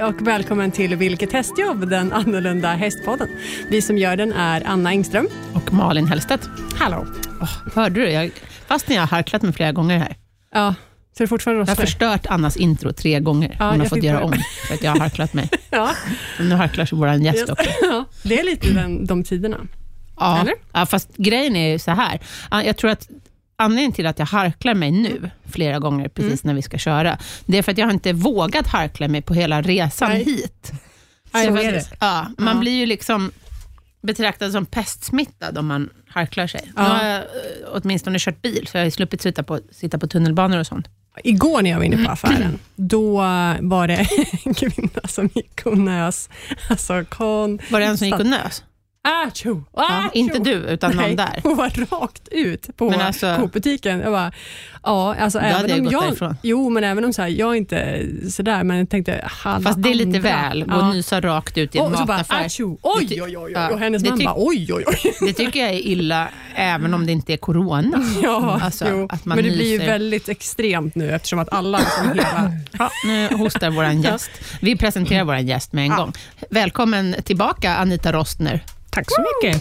och välkommen till Vilket hästjobb, den annorlunda hästpodden. Vi som gör den är Anna Engström och Malin Hellstedt. Hallå. Hörde du? Fast när jag har harklat mig flera gånger här. Ja, så är det fortfarande jag har förstört Annas intro 3 gånger. Hon har fått göra om för att jag har harklat mig. Ja. Nu harklar sig våran gäst också. Ja, det är lite de tiderna. Ja. Eller? Ja, fast grejen är ju så här. Jag tror att anledningen till att jag harklar mig nu flera gånger precis när vi ska köra, det är för att jag har inte vågat harkla mig på hela resan hit. Så är det. Ja, man blir ju liksom betraktad som pestsmittad om man harklar sig. Nu har jag åtminstone kört bil, så jag har sluppit sitta på tunnelbanor och sånt. Igår när jag var inne på affären, då var det en kvinna som gick och nös. Alltså var det en som gick och nös? Ja, inte du, utan någon där. Hon var rakt ut på Coop-butiken. Jag bara, alltså även om jag... Jo, men även om så här, jag är inte sådär, men jag tänkte... Fast det är lite väl, gå och nysa rakt ut i en mataffär. Oj. Och hennes man bara, oj. Det tycker jag är illa, även om det inte är corona. Ja, alltså, att man men det nyser. blir ju väldigt extremt nu, eftersom att alla liksom hela... Ja, nu hostar våran gäst. Vi presenterar våran gäst med en gång. Välkommen tillbaka, Anita Rostner. Tack så mycket.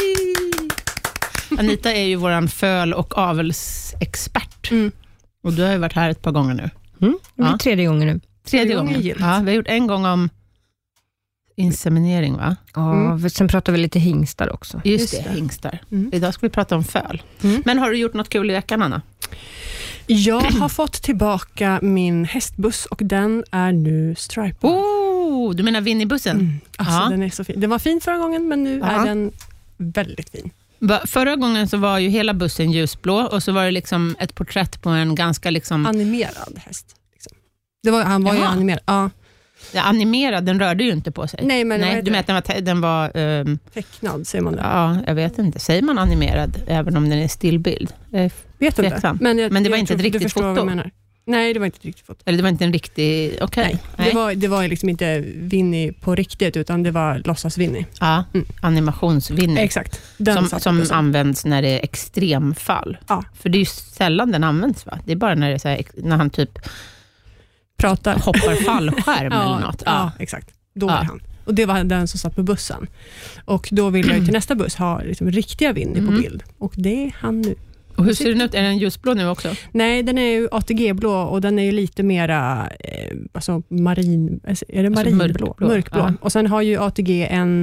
Anita är ju våran föl- och avelsexpert. Och du har ju varit här ett par gånger nu. Det är 3:e gången nu. 3:e gången. Ja, vi har gjort en gång om inseminering, va? Ja, sen pratar vi lite hingstar också. Just det, hingstar. Idag ska vi prata om föl. Men har du gjort något kul i veckan, Anna? Jag har fått tillbaka min hästbuss och den är nu stripad. Du menar Winnie-bussen? Alltså den är så fin. Den var fin förra gången, men nu är den väldigt fin. Förra gången så var ju hela bussen ljusblå och så var det liksom ett porträtt på en ganska liksom... animerad häst. Liksom. Han var ju animerad, ja. Ja, animerad, den rörde ju inte på sig. Nej, men du menar att den var tecknad, säger man det? Ja, jag vet inte. Säger man animerad även om den är stillbild? Vet inte. Men det var inte ett riktigt foto. Nej, det var inte ett riktigt foto. Eller det var inte en riktig... Okej. Nej. Det var liksom inte Winnie på riktigt, utan det var låtsas Winnie. Ja, animations-Winnie. Exakt. Som används när det är extremfall. Ja. För det är ju sällan den används, va? Det är bara när det är så här, när han typ pratar, hoppar fallskärm eller något. Ja, exakt. Då var han. Och det var den som satt på bussen. Och då vill jag till nästa buss ha liksom riktiga Winnie på bild. Och det är han nu. Och hur ser den ut? Är den ljusblå nu också? Nej, den är ju ATG-blå och den är ju lite mera marin... Är det marinblå? Mörkblå. Ja. Och sen har ju ATG en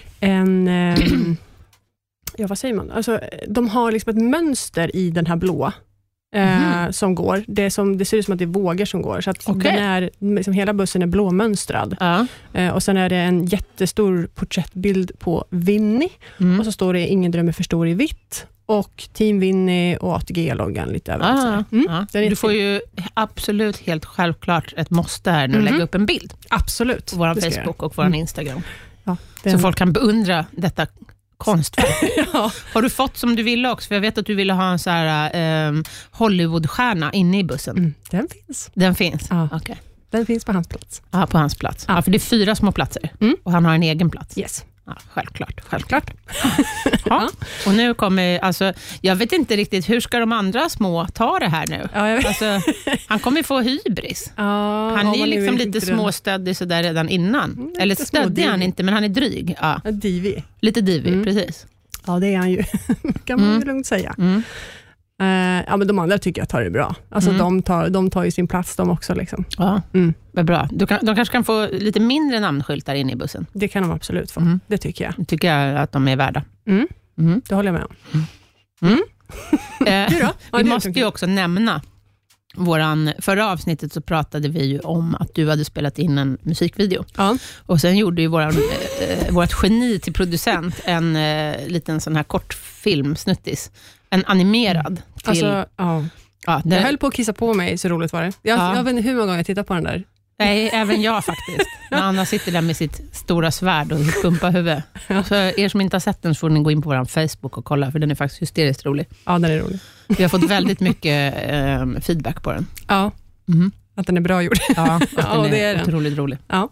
vad säger man? Alltså, de har liksom ett mönster i den här blå som går. Det ser ut som att det är vågor som går. Så att den är, liksom, hela bussen är blåmönstrad. Och sen är det en jättestor porträttbild på Winnie. Och så står det Ingen drömmer för stor i vitt. Och Team Winnie och ATG-loggan lite överallt. Du får ju absolut helt självklart ett måste här nu lägga upp en bild. Absolut. På vår Facebook och vår Instagram. Ja, så folk kan beundra detta konstverk. Har du fått som du ville också? För jag vet att du ville ha en så här Hollywoodstjärna inne i bussen. Den finns? Ja. Okay. Den finns på hans plats. Ja, på hans plats. Ja, för det är 4 små platser. Och han har en egen plats. Yes. Ja, självklart. Ja. Och nu kommer, alltså, jag vet inte riktigt, hur ska de andra små ta det här nu? Ja, jag vet. Alltså, han kommer få hybris. Han är ju liksom lite småstöddig sådär redan innan. Eller stöddig han inte, men han är dryg. Ja. Divig. Lite divig, precis. Ja, det är han ju. Kan man ju lugnt säga. Ja, men de andra tycker jag tar det bra. Alltså de tar ju sin plats de också liksom. Ja, vad bra. De kanske kan få lite mindre namnskyltar in i bussen. Det kan de absolut få. Det tycker jag. Det tycker jag att de är värda. Det håller jag med om. Vi måste ju också nämna förra avsnittet så pratade vi ju om att du hade spelat in en musikvideo. Ja. Och sen gjorde ju vårt geni till producent en liten sån här kortfilm snuttis. En animerad till... Alltså, jag höll på att kissa på mig, så roligt var det. Jag vet inte hur många gånger jag tittar på den där. Nej, även jag faktiskt. När Anna sitter där med sitt stora svärd och pumpar huvud. Så er som inte har sett den så får ni gå in på vår Facebook och kolla, för den är faktiskt hysteriskt rolig. Ja, den är rolig. Vi har fått väldigt mycket feedback på den. Ja, att den är bra gjord. Ja, att den är otroligt rolig. Ja.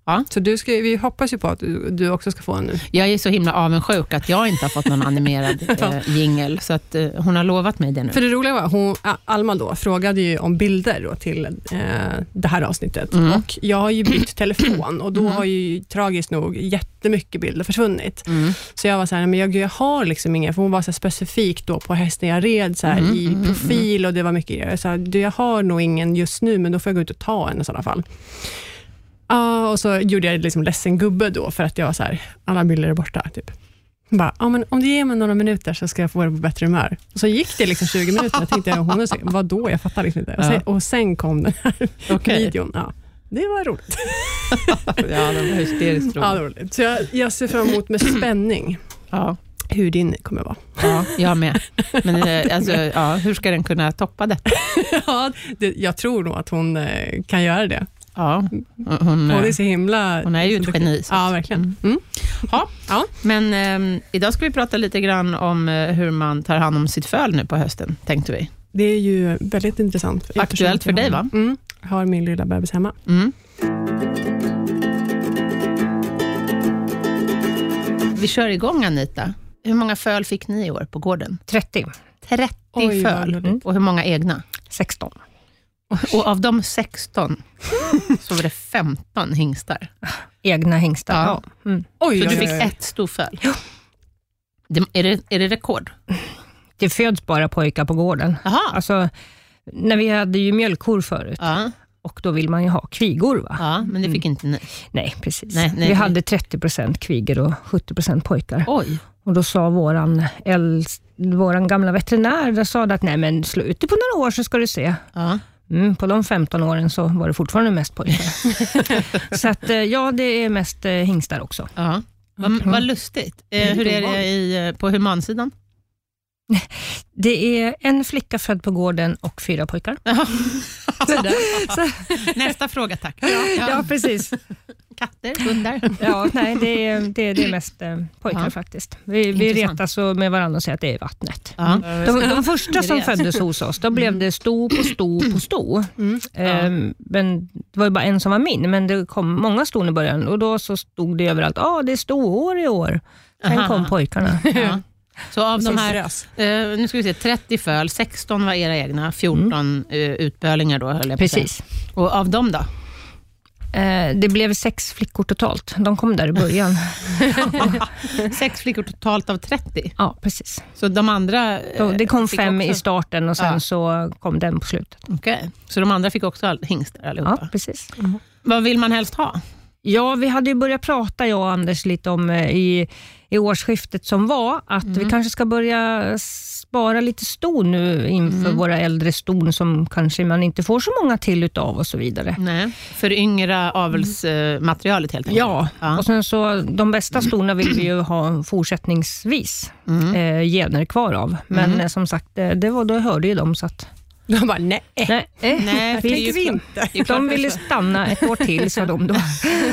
Ja. Så vi hoppas ju på att du också ska få en nu. Jag är så himla avundsjuk att jag inte har fått någon animerad jingle, så att hon har lovat mig det nu. För det roliga var, Alma då frågade ju om bilder då till det här avsnittet. Och jag har ju bytt telefon och då har ju tragiskt nog jättemycket bilder försvunnit. Så jag var så här, men jag har liksom inga, för hon var så specifikt då på hästen jag red så här, i profil och det var mycket grejer. Så här, jag har nog ingen just nu, men då får jag gå ut och ta en i sådana fall. Och så gjorde jag liksom ledsen gubbe då, för att jag var så här, alla bilder är borta typ. Bara, men om du ger mig några minuter så ska jag få det på bättre humör. Och så gick det liksom 20 minuter, jag tänkte hon är så, vadå? Jag fattar liksom inte. Och sen kom den här videon. Ja, det var roligt. Ja, det var hysteriskt roligt. Ja, det var roligt. Så jag ser fram emot med spänning. Ja. Hur din kommer vara. Ja, jag med. Men hur ska den kunna toppa det? Jag tror nog att hon kan göra det. Ja, hon är så himla... Hon är ju ett geni. Ja, verkligen. Ja. Men idag ska vi prata lite grann om hur man tar hand om sitt föl nu på hösten, tänkte vi. Det är ju väldigt intressant. Aktuellt för dig, va? Jag har min lilla bebis hemma. Vi kör igång, Anita. Hur många föl fick ni i år på gården? 30. 30 föl. Och hur många egna? 16. Och av de 16 så var det 15 hingstar. Egna hingstar, ja. Så du fick ett storföl. Ja. Är det rekord? Det föds bara pojkar på gården. Aha. Alltså, när vi hade ju mjölkkor förut. Ja. Och då vill man ju ha kvigor, va? Ja, men det fick inte ni. Nej, precis. Vi hade 30% kvigor och 70% pojkar. Oj. Och då sa våran gamla veterinär, där sa att nej, men slutet på några år så ska du se. Ja. På de 15 åren så var det fortfarande mest pojkar. Så att det är mest hingstar också. Ja. Vad lustigt. Hur är det på humansidan? Det är en flicka född på gården och 4 pojkar. Så. Nästa fråga, tack. Ja, precis. Katter, hundar. Ja, nej, det är mest pojkar faktiskt. Vi retas med varandra och säger att det är vattnet. Ja. De första som föddes hos oss, då blev det sto på sto. Men det var ju bara en som var min, men det kom många ston i början. Och då så stod det överallt, det är stoår i år. Sen kom pojkarna. Ja. Så av de här, nu ska vi se, 30 föl, 16 var era egna, 14 utbölingar då, höll jag på. Precis. Och av dem då? Det blev 6 flickor totalt. De kom där i början. 6 flickor totalt av 30? Ja, precis. Så de andra... Det kom 5 i starten och sen så kom den på slutet. Okej. Så de andra fick också hingstar allihopa? Ja, precis. Vad vill man helst ha? Ja, vi hade ju börjat prata, jag och Anders, lite om i årsskiftet som var, att vi kanske ska börja spara lite ston nu inför våra äldre ston som kanske man inte får så många till utav och så vidare. Nej, för yngre avelsmaterialet helt enkelt. Ja, och sen så de bästa stona vill vi ju ha fortsättningsvis gener kvar av. Men som sagt, då hörde ju de så att de bara, nej, vi inte. De ville stanna ett år till, sa de då.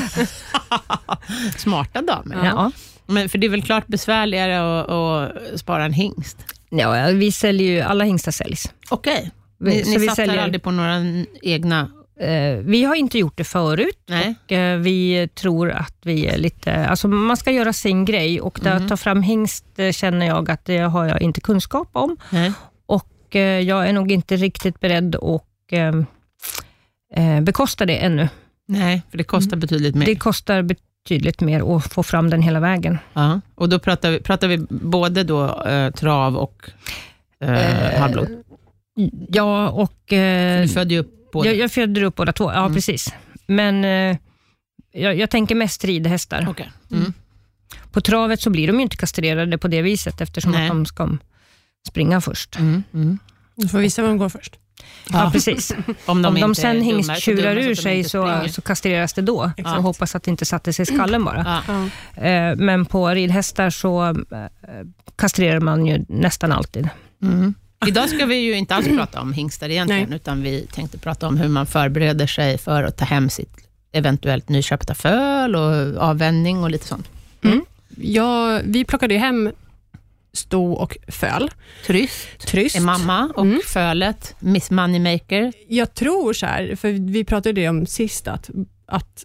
Smarta damer. Ja. Men för det är väl klart besvärligare att spara en hingst? Ja, vi säljer ju, alla hingstar säljs. Okej. Ni satsar aldrig på några egna? Vi har inte gjort det förut. Nej. Och vi tror att vi är lite, alltså man ska göra sin grej och att ta fram hingst känner jag att det har jag inte kunskap om. Nej. Och jag är nog inte riktigt beredd att bekosta det ännu. Nej, för det kostar betydligt mer. Det kostar betydligt mer att få fram den hela vägen. Ja, och då pratar vi både då trav och halvblod. Ja, och du födde ju upp båda. Jag födde upp båda två, ja precis. Men jag tänker mest ridhästar. Okay. På travet så blir de ju inte kastrerade på det viset eftersom att de ska springa först. Du får visa vad de går först. Ja, precis. Om de sen hingsttjurar ur sig så kastreras det då. Ja. Så hoppas att det inte satte sig i skallen bara. Ja. Men på ridhästar så kastrerar man ju nästan alltid. Idag ska vi ju inte alls prata om hingstar egentligen, utan vi tänkte prata om hur man förbereder sig för att ta hem sitt eventuellt nyköpta föl och avvändning och lite sånt. Ja, vi plockade hem sto och föl. Tryst. Är mamma och fölet Miss Moneymaker. Jag tror så här, för vi pratade det om sist att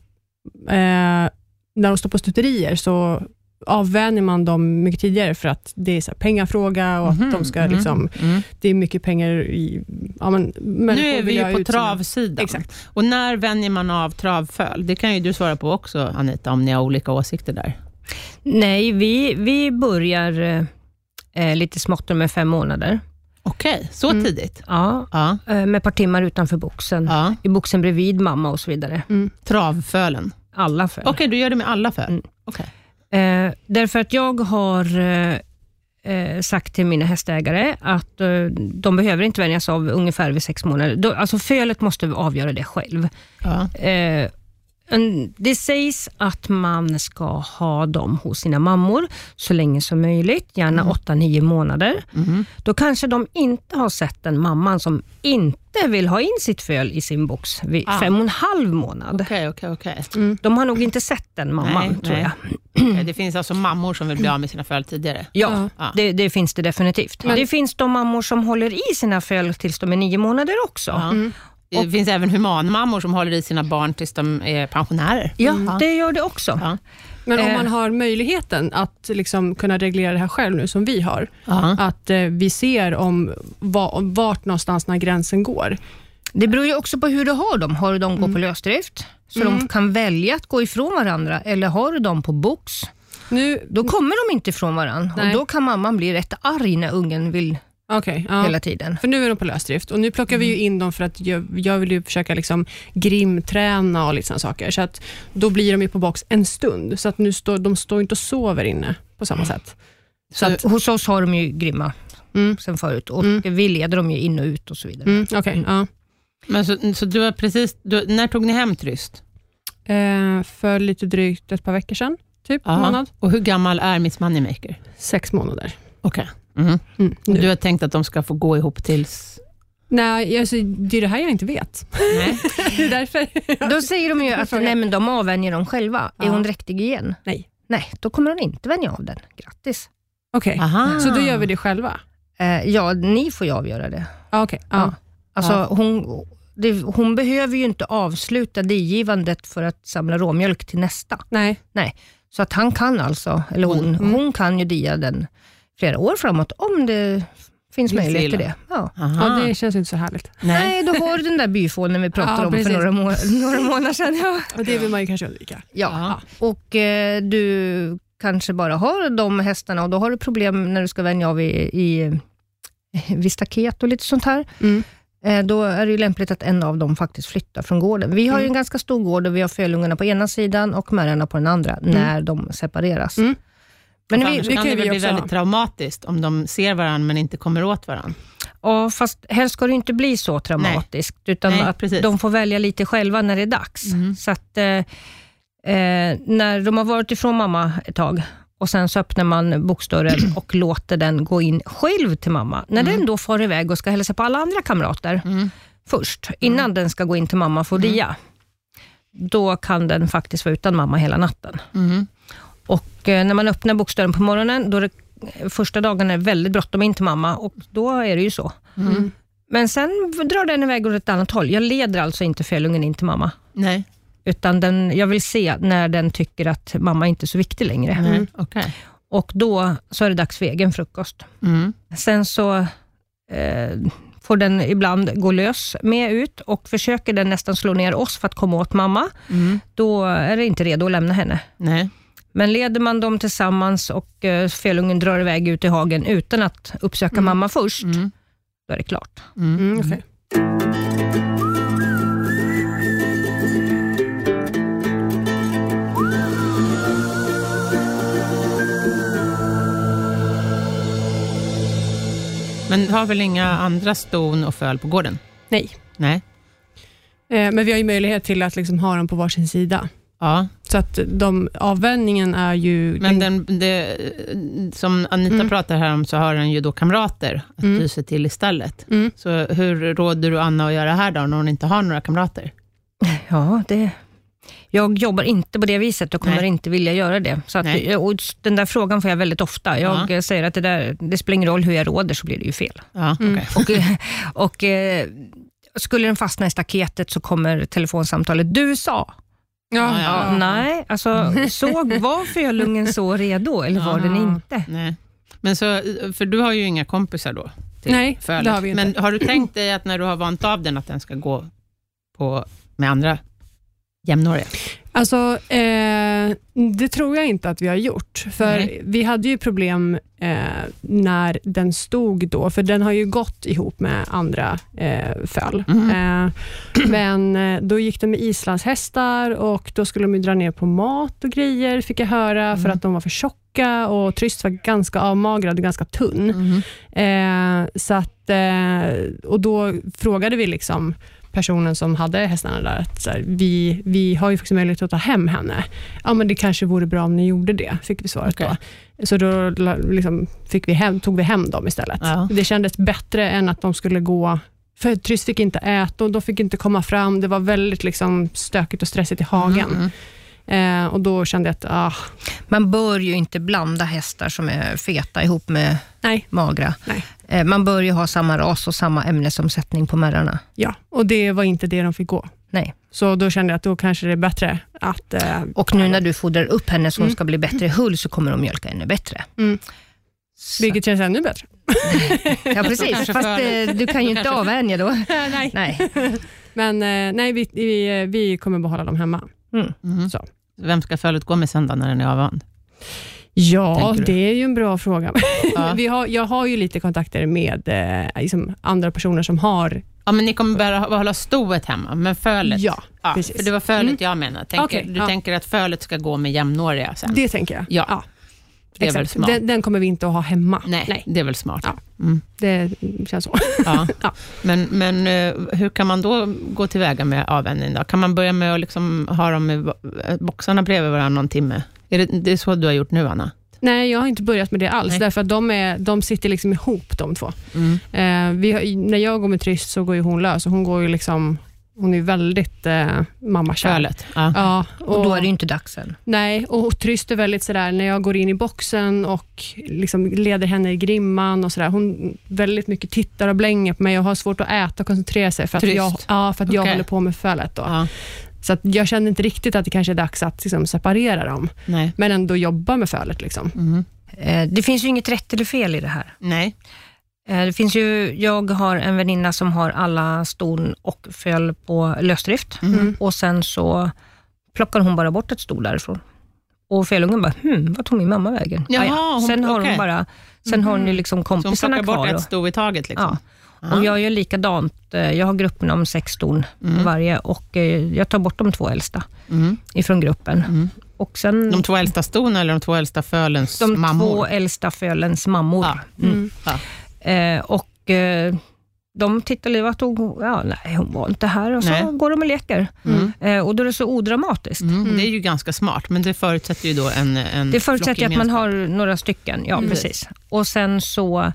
när de står på stuterier så avvänjer man dem mycket tidigare för att det är så här pengafråga och att de ska liksom, det är mycket pengar i... Ja, men nu är vi ju på travsidan. Exakt. Och när vänjer man av travföl? Det kan ju du svara på också, Anita, om ni har olika åsikter där. Nej, vi börjar lite smått med 5 månader. Okej, så tidigt? Ja, med ett par timmar utanför boxen. I boxen bredvid mamma och så vidare. Travfölen? Alla föl. Okej, du gör det med alla föl? Okej. Därför att jag har sagt till mina hästägare att de behöver inte vänjas av ungefär vid 6 månader. Alltså fölet måste avgöra det själv. Det sägs att man ska ha dem hos sina mammor så länge som möjligt, gärna 8-9 månader. Då kanske de inte har sett en mamman som inte vill ha in sitt föl i sin box vid 5,5 månad. Okej. De har nog inte sett den mamman, tror jag. Det finns alltså mammor som vill bli av med sina föl tidigare? Ja. Det finns det definitivt. Men det finns de mammor som håller i sina föl tills de är 9 månader också. Det finns även humanmammor som håller i sina barn tills de är pensionärer. Ja, det gör det också. Men om man har möjligheten att liksom kunna reglera det här själv nu som vi har, att vi ser om vart någonstans när gränsen går. Det beror ju också på hur du har dem. Har du dem gå på lösdrift så de kan välja att gå ifrån varandra, eller har du dem på box, då kommer de inte ifrån varandra. Och då kan mamman bli rätt arg när ungen vill hela tiden. För nu är de på lösdrift och nu plockar vi ju in dem för att jag vill ju försöka liksom grimträna och lite sådana saker, så att då blir de ju på box en stund, så att nu de står inte och sover inne på samma sätt. Så att hos oss har de ju grimma sen förut och vi leder dem ju in och ut och så vidare. Men så du har precis, när tog ni hem Tryst? För lite drygt ett par veckor sedan, typ månad. Och hur gammal är Miss Moneymaker? 6 månader. Okej. Du har tänkt att de ska få gå ihop tills... Nej, alltså, det är det här jag inte vet. Nej. Det är därför. Då säger de ju att men de avvänjer dem själva. Är hon dräktig igen? Nej, då kommer hon inte vänja av den. Grattis. Okej, så då gör vi det själva? Ja, ni får ju avgöra det. Okej. Alltså hon behöver ju inte avsluta digivandet för att samla råmjölk till nästa. Nej. Så att han kan alltså, eller hon kan ju dia den flera år framåt om det finns möjlighet till det. Ja, det känns inte så härligt. Nej, då har du den där byfånen vi pratade om för några månader sedan. Och det vill man ju kanske undvika. Ja. Och du kanske bara har de hästarna och då har du problem när du ska vänja av vid staket och lite sånt här. Då är det ju lämpligt att en av dem faktiskt flyttar från gården. Vi har ju en ganska stor gård och vi har fölungarna på ena sidan och märarna på den andra när de separeras. Men det kan det bli väldigt traumatiskt om de ser varandra men inte kommer åt varandra. Ja, fast helst ska det inte bli så traumatiskt. Utan att de får välja lite själva när det är dags. Så att när de har varit ifrån mamma ett tag och sen så öppnar man boxdörren och låter den gå in själv till mamma. När den då får iväg och ska hälsa på alla andra kamrater först, innan den ska gå in till mamma för dia. Då kan den faktiskt vara utan mamma hela natten. Och när man öppnar boxdörren på morgonen, då är det första dagen är väldigt bråttom in till mamma och då är det ju så. Men sen drar den iväg åt ett annat håll. Jag leder alltså inte fölungen in till mamma. Nej. Utan jag vill se när den tycker att mamma inte är så viktig längre. Och då så är det dags för egen frukost. Sen så får den ibland gå lös med ut och försöker den nästan slå ner oss för att komma åt mamma. Då är det inte redo att lämna henne. Nej. Men leder man dem tillsammans och fölungen drar iväg ut i hagen utan att uppsöka mamma först, då är det klart. Okay. Men har väl inga andra ston och föl på gården? Nej. Men vi har ju möjlighet till att liksom ha dem på varsin sida. Ja. Så att avvändningen är ju... Men som Anita pratar här om så har den ju då kamrater att ty sig till istället. Så hur råder du Anna att göra här då när hon inte har några kamrater? Ja, jag jobbar inte på det viset och kommer inte vilja göra det. Så att, och den där frågan får jag väldigt ofta. Jag säger att det spelar ingen roll hur jag råder så blir det ju fel. Ja, okay. Och skulle den fastna i staketet så kommer telefonsamtalet. Du sa Nej, alltså var fölungen så redo eller var den inte? Nej. Men så, för du har ju inga kompisar då. Nej, det har vi inte. Men har du tänkt dig att när du har vant av den att den ska gå med andra jämnåriga? Alltså, det tror jag inte att vi har gjort. För vi hade ju problem när den stod då. För den har ju gått ihop med andra föl. Men då gick de med islandshästar och då skulle de ju dra ner på mat och grejer, fick jag höra, för att de var för tjocka och Tryst var ganska avmagrad och ganska tunn. Så att, och då frågade vi liksom personen som hade hästarna där att så här, vi har ju faktiskt möjlighet att ta hem henne. Ja, men det kanske vore bra om ni gjorde det, fick vi svaret då. Så då liksom tog vi hem dem istället. Det kändes bättre än att de skulle gå, för Tryst fick inte äta och de fick inte komma fram. Det var väldigt liksom stökigt och stressigt i hagen. Och då kände jag att man bör ju inte blanda hästar som är feta ihop med magra. Man bör ju ha samma ras och samma ämnesomsättning på märrarna. Ja, och det var inte det de fick gå. Nej. Så då kände jag att då kanske det är bättre att... och nu när du fodrar upp henne så hon ska bli bättre hull, så kommer de mjölka ännu bättre. Vilket känns ännu bättre. Ja, precis. Fast du kan ju inte avvänja då. Nej. Men vi kommer behålla dem hemma. Så. Vem ska fölet gå med sen då när den är avvand? Ja, det är ju en bra fråga. Jag har ju lite kontakter med liksom andra personer som har... Ja, men ni kommer bara hålla stoet hemma, men fölet... Ja, precis. För det var fölet jag menar. Du tänker att fölet ska gå med jämnåriga sen? Det tänker jag. Ja. Det är väl smart. Den kommer vi inte att ha hemma. Nej. Det är väl smart. Ja. Det känns så. Ja. Men hur kan man då gå tillväga med avvänjning då? Kan man börja med att liksom ha dem i boxarna bredvid varandra någon timme? Det är så du har gjort nu, Anna? Nej, jag har inte börjat med det alls. Därför att de sitter liksom ihop, de två. När jag går med Tryst så går ju hon lös. Och hon går ju liksom... Hon är väldigt mammakär. Ja, och då är det ju inte dags än. Nej, och Tryst är väldigt sådär, när jag går in i boxen och liksom leder henne i grimman och sådär, hon väldigt mycket tittar och blänger på mig och har svårt att äta och koncentrera sig för att jag håller på med fölet då. Så att jag kände inte riktigt att det kanske är dags att liksom separera dem. Nej. Men ändå jobba med fölet liksom. Det finns ju inget rätt eller fel i det här. Nej. Det finns ju, jag har en väninna som har alla ston och föl på lösdrift. Och sen så plockar hon bara bort ett sto därifrån. Och fölungen bara, vad tog min mamma vägen? Sen har hon bara, sen har hon ju liksom kompisarna kvar. Så hon plockar bort ett sto i taget liksom? Ja. Och jag gör likadant. Jag har gruppen om 6 ston varje och jag tar bort de 2 äldsta ifrån gruppen. Och sen, de 2 äldsta ston eller de 2 äldsta fölens mammor? De 2 äldsta fölens mammor. Och de tittar lite att hon var inte här och så går de och leker. Och då är det så odramatiskt. Det är ju ganska smart, men det förutsätter ju då en det förutsätter att man har några stycken, precis. Och sen så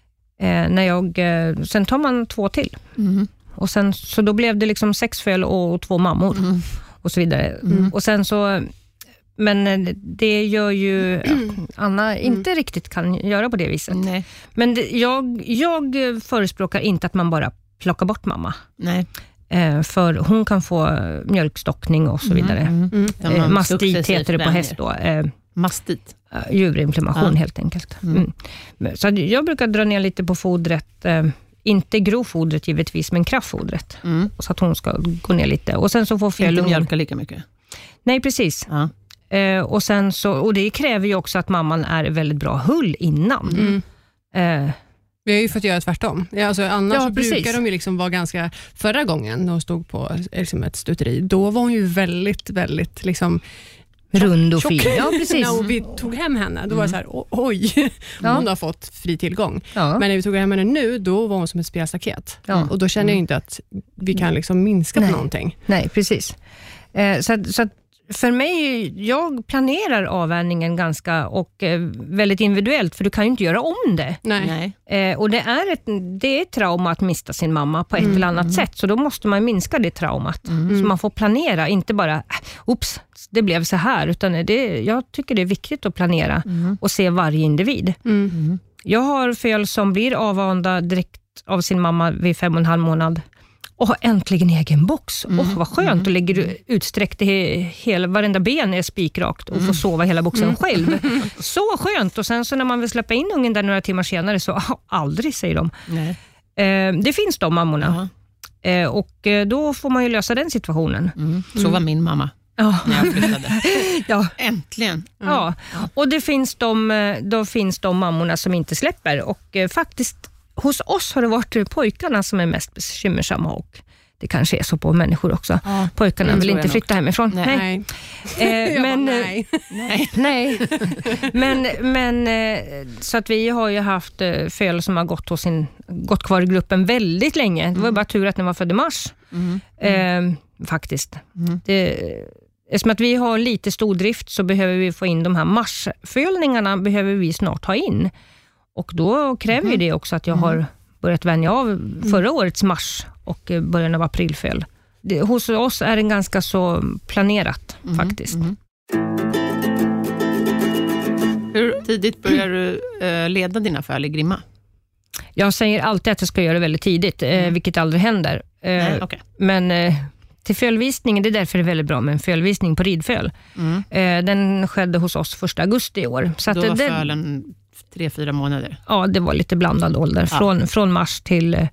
sen tar man 2 till. Och sen så då blev det liksom 6 föl och 2 mammor och så vidare. Och sen så, men det gör ju Anna inte riktigt kan göra på det viset. Nej. Men jag förespråkar inte att man bara plockar bort mamma. Nej. För hon kan få mjölkstockning och så vidare. Mastit heter det på häst då. Mastit. Juverinflammation helt enkelt. Så jag brukar dra ner lite på fodret. Inte grovfodret givetvis, men kraftfodret. Så att hon ska gå ner lite. Och sen så får fölungen... Inte mjölka lika mycket. Nej, precis. Och sen så, och det kräver ju också att mamman är väldigt bra hull innan. Vi har ju fått göra tvärtom. Alltså, annars så brukar de ju liksom vara ganska... Förra gången när hon stod på liksom ett stuteri, då var hon ju väldigt, väldigt liksom... rund och fin. Ja, precis. När vi tog hem henne, då var det så här, oj, hon har fått fri tillgång. Men när vi tog hem henne nu, då var hon som ett spelstaket. Och då känner jag inte att vi kan liksom minska på någonting. Nej, precis. Så att för mig, jag planerar avvänjningen ganska och väldigt individuellt, för du kan ju inte göra om det. Nej. Och det är ett trauma att mista sin mamma på ett eller annat sätt, så då måste man minska det traumat. Så man får planera, inte bara oops, det blev så här, utan jag tycker det är viktigt att planera och se varje individ. Jag har föl som blir avvanda direkt av sin mamma vid 5,5 månad. och har äntligen egen box. Vad skönt, och ligger utsträckt hela varenda ben är spikrakt och får sova hela boxen själv. Så skönt. Och sen så när man vill släppa in ungen där några timmar senare så aldrig, säger de. Nej. Det finns de mammorna. Och då får man ju lösa den situationen. Så var min mamma. När jag flyttade. Äntligen. Ja. Och det finns de mammorna som inte släpper. Och faktiskt hos oss har det varit pojkarna som är mest bekymmersamma, och det kanske är så på människor också. Pojkarna vill inte flytta hemifrån. Nej. Men så att vi har ju haft föl som har gått kvar i gruppen väldigt länge. Det var bara tur att den var född i mars. Faktiskt. Eftersom att vi har lite stordrift så behöver vi få in de här marsfölningarna, behöver vi snart ha in. Och då kräver ju det också att jag har börjat vänja av förra årets mars och början av aprilföl. Hos oss är det ganska så planerat faktiskt. Hur tidigt börjar du leda dina föl i grimma? Jag säger alltid att jag ska göra det väldigt tidigt, vilket aldrig händer. Men till fölvisningen, det är därför det är väldigt bra med en fölvisning på ridföl. Den skedde hos oss 1 augusti i år. Så då att var fölen 3-4 månader? Ja, det var lite blandad ålder. Från mars till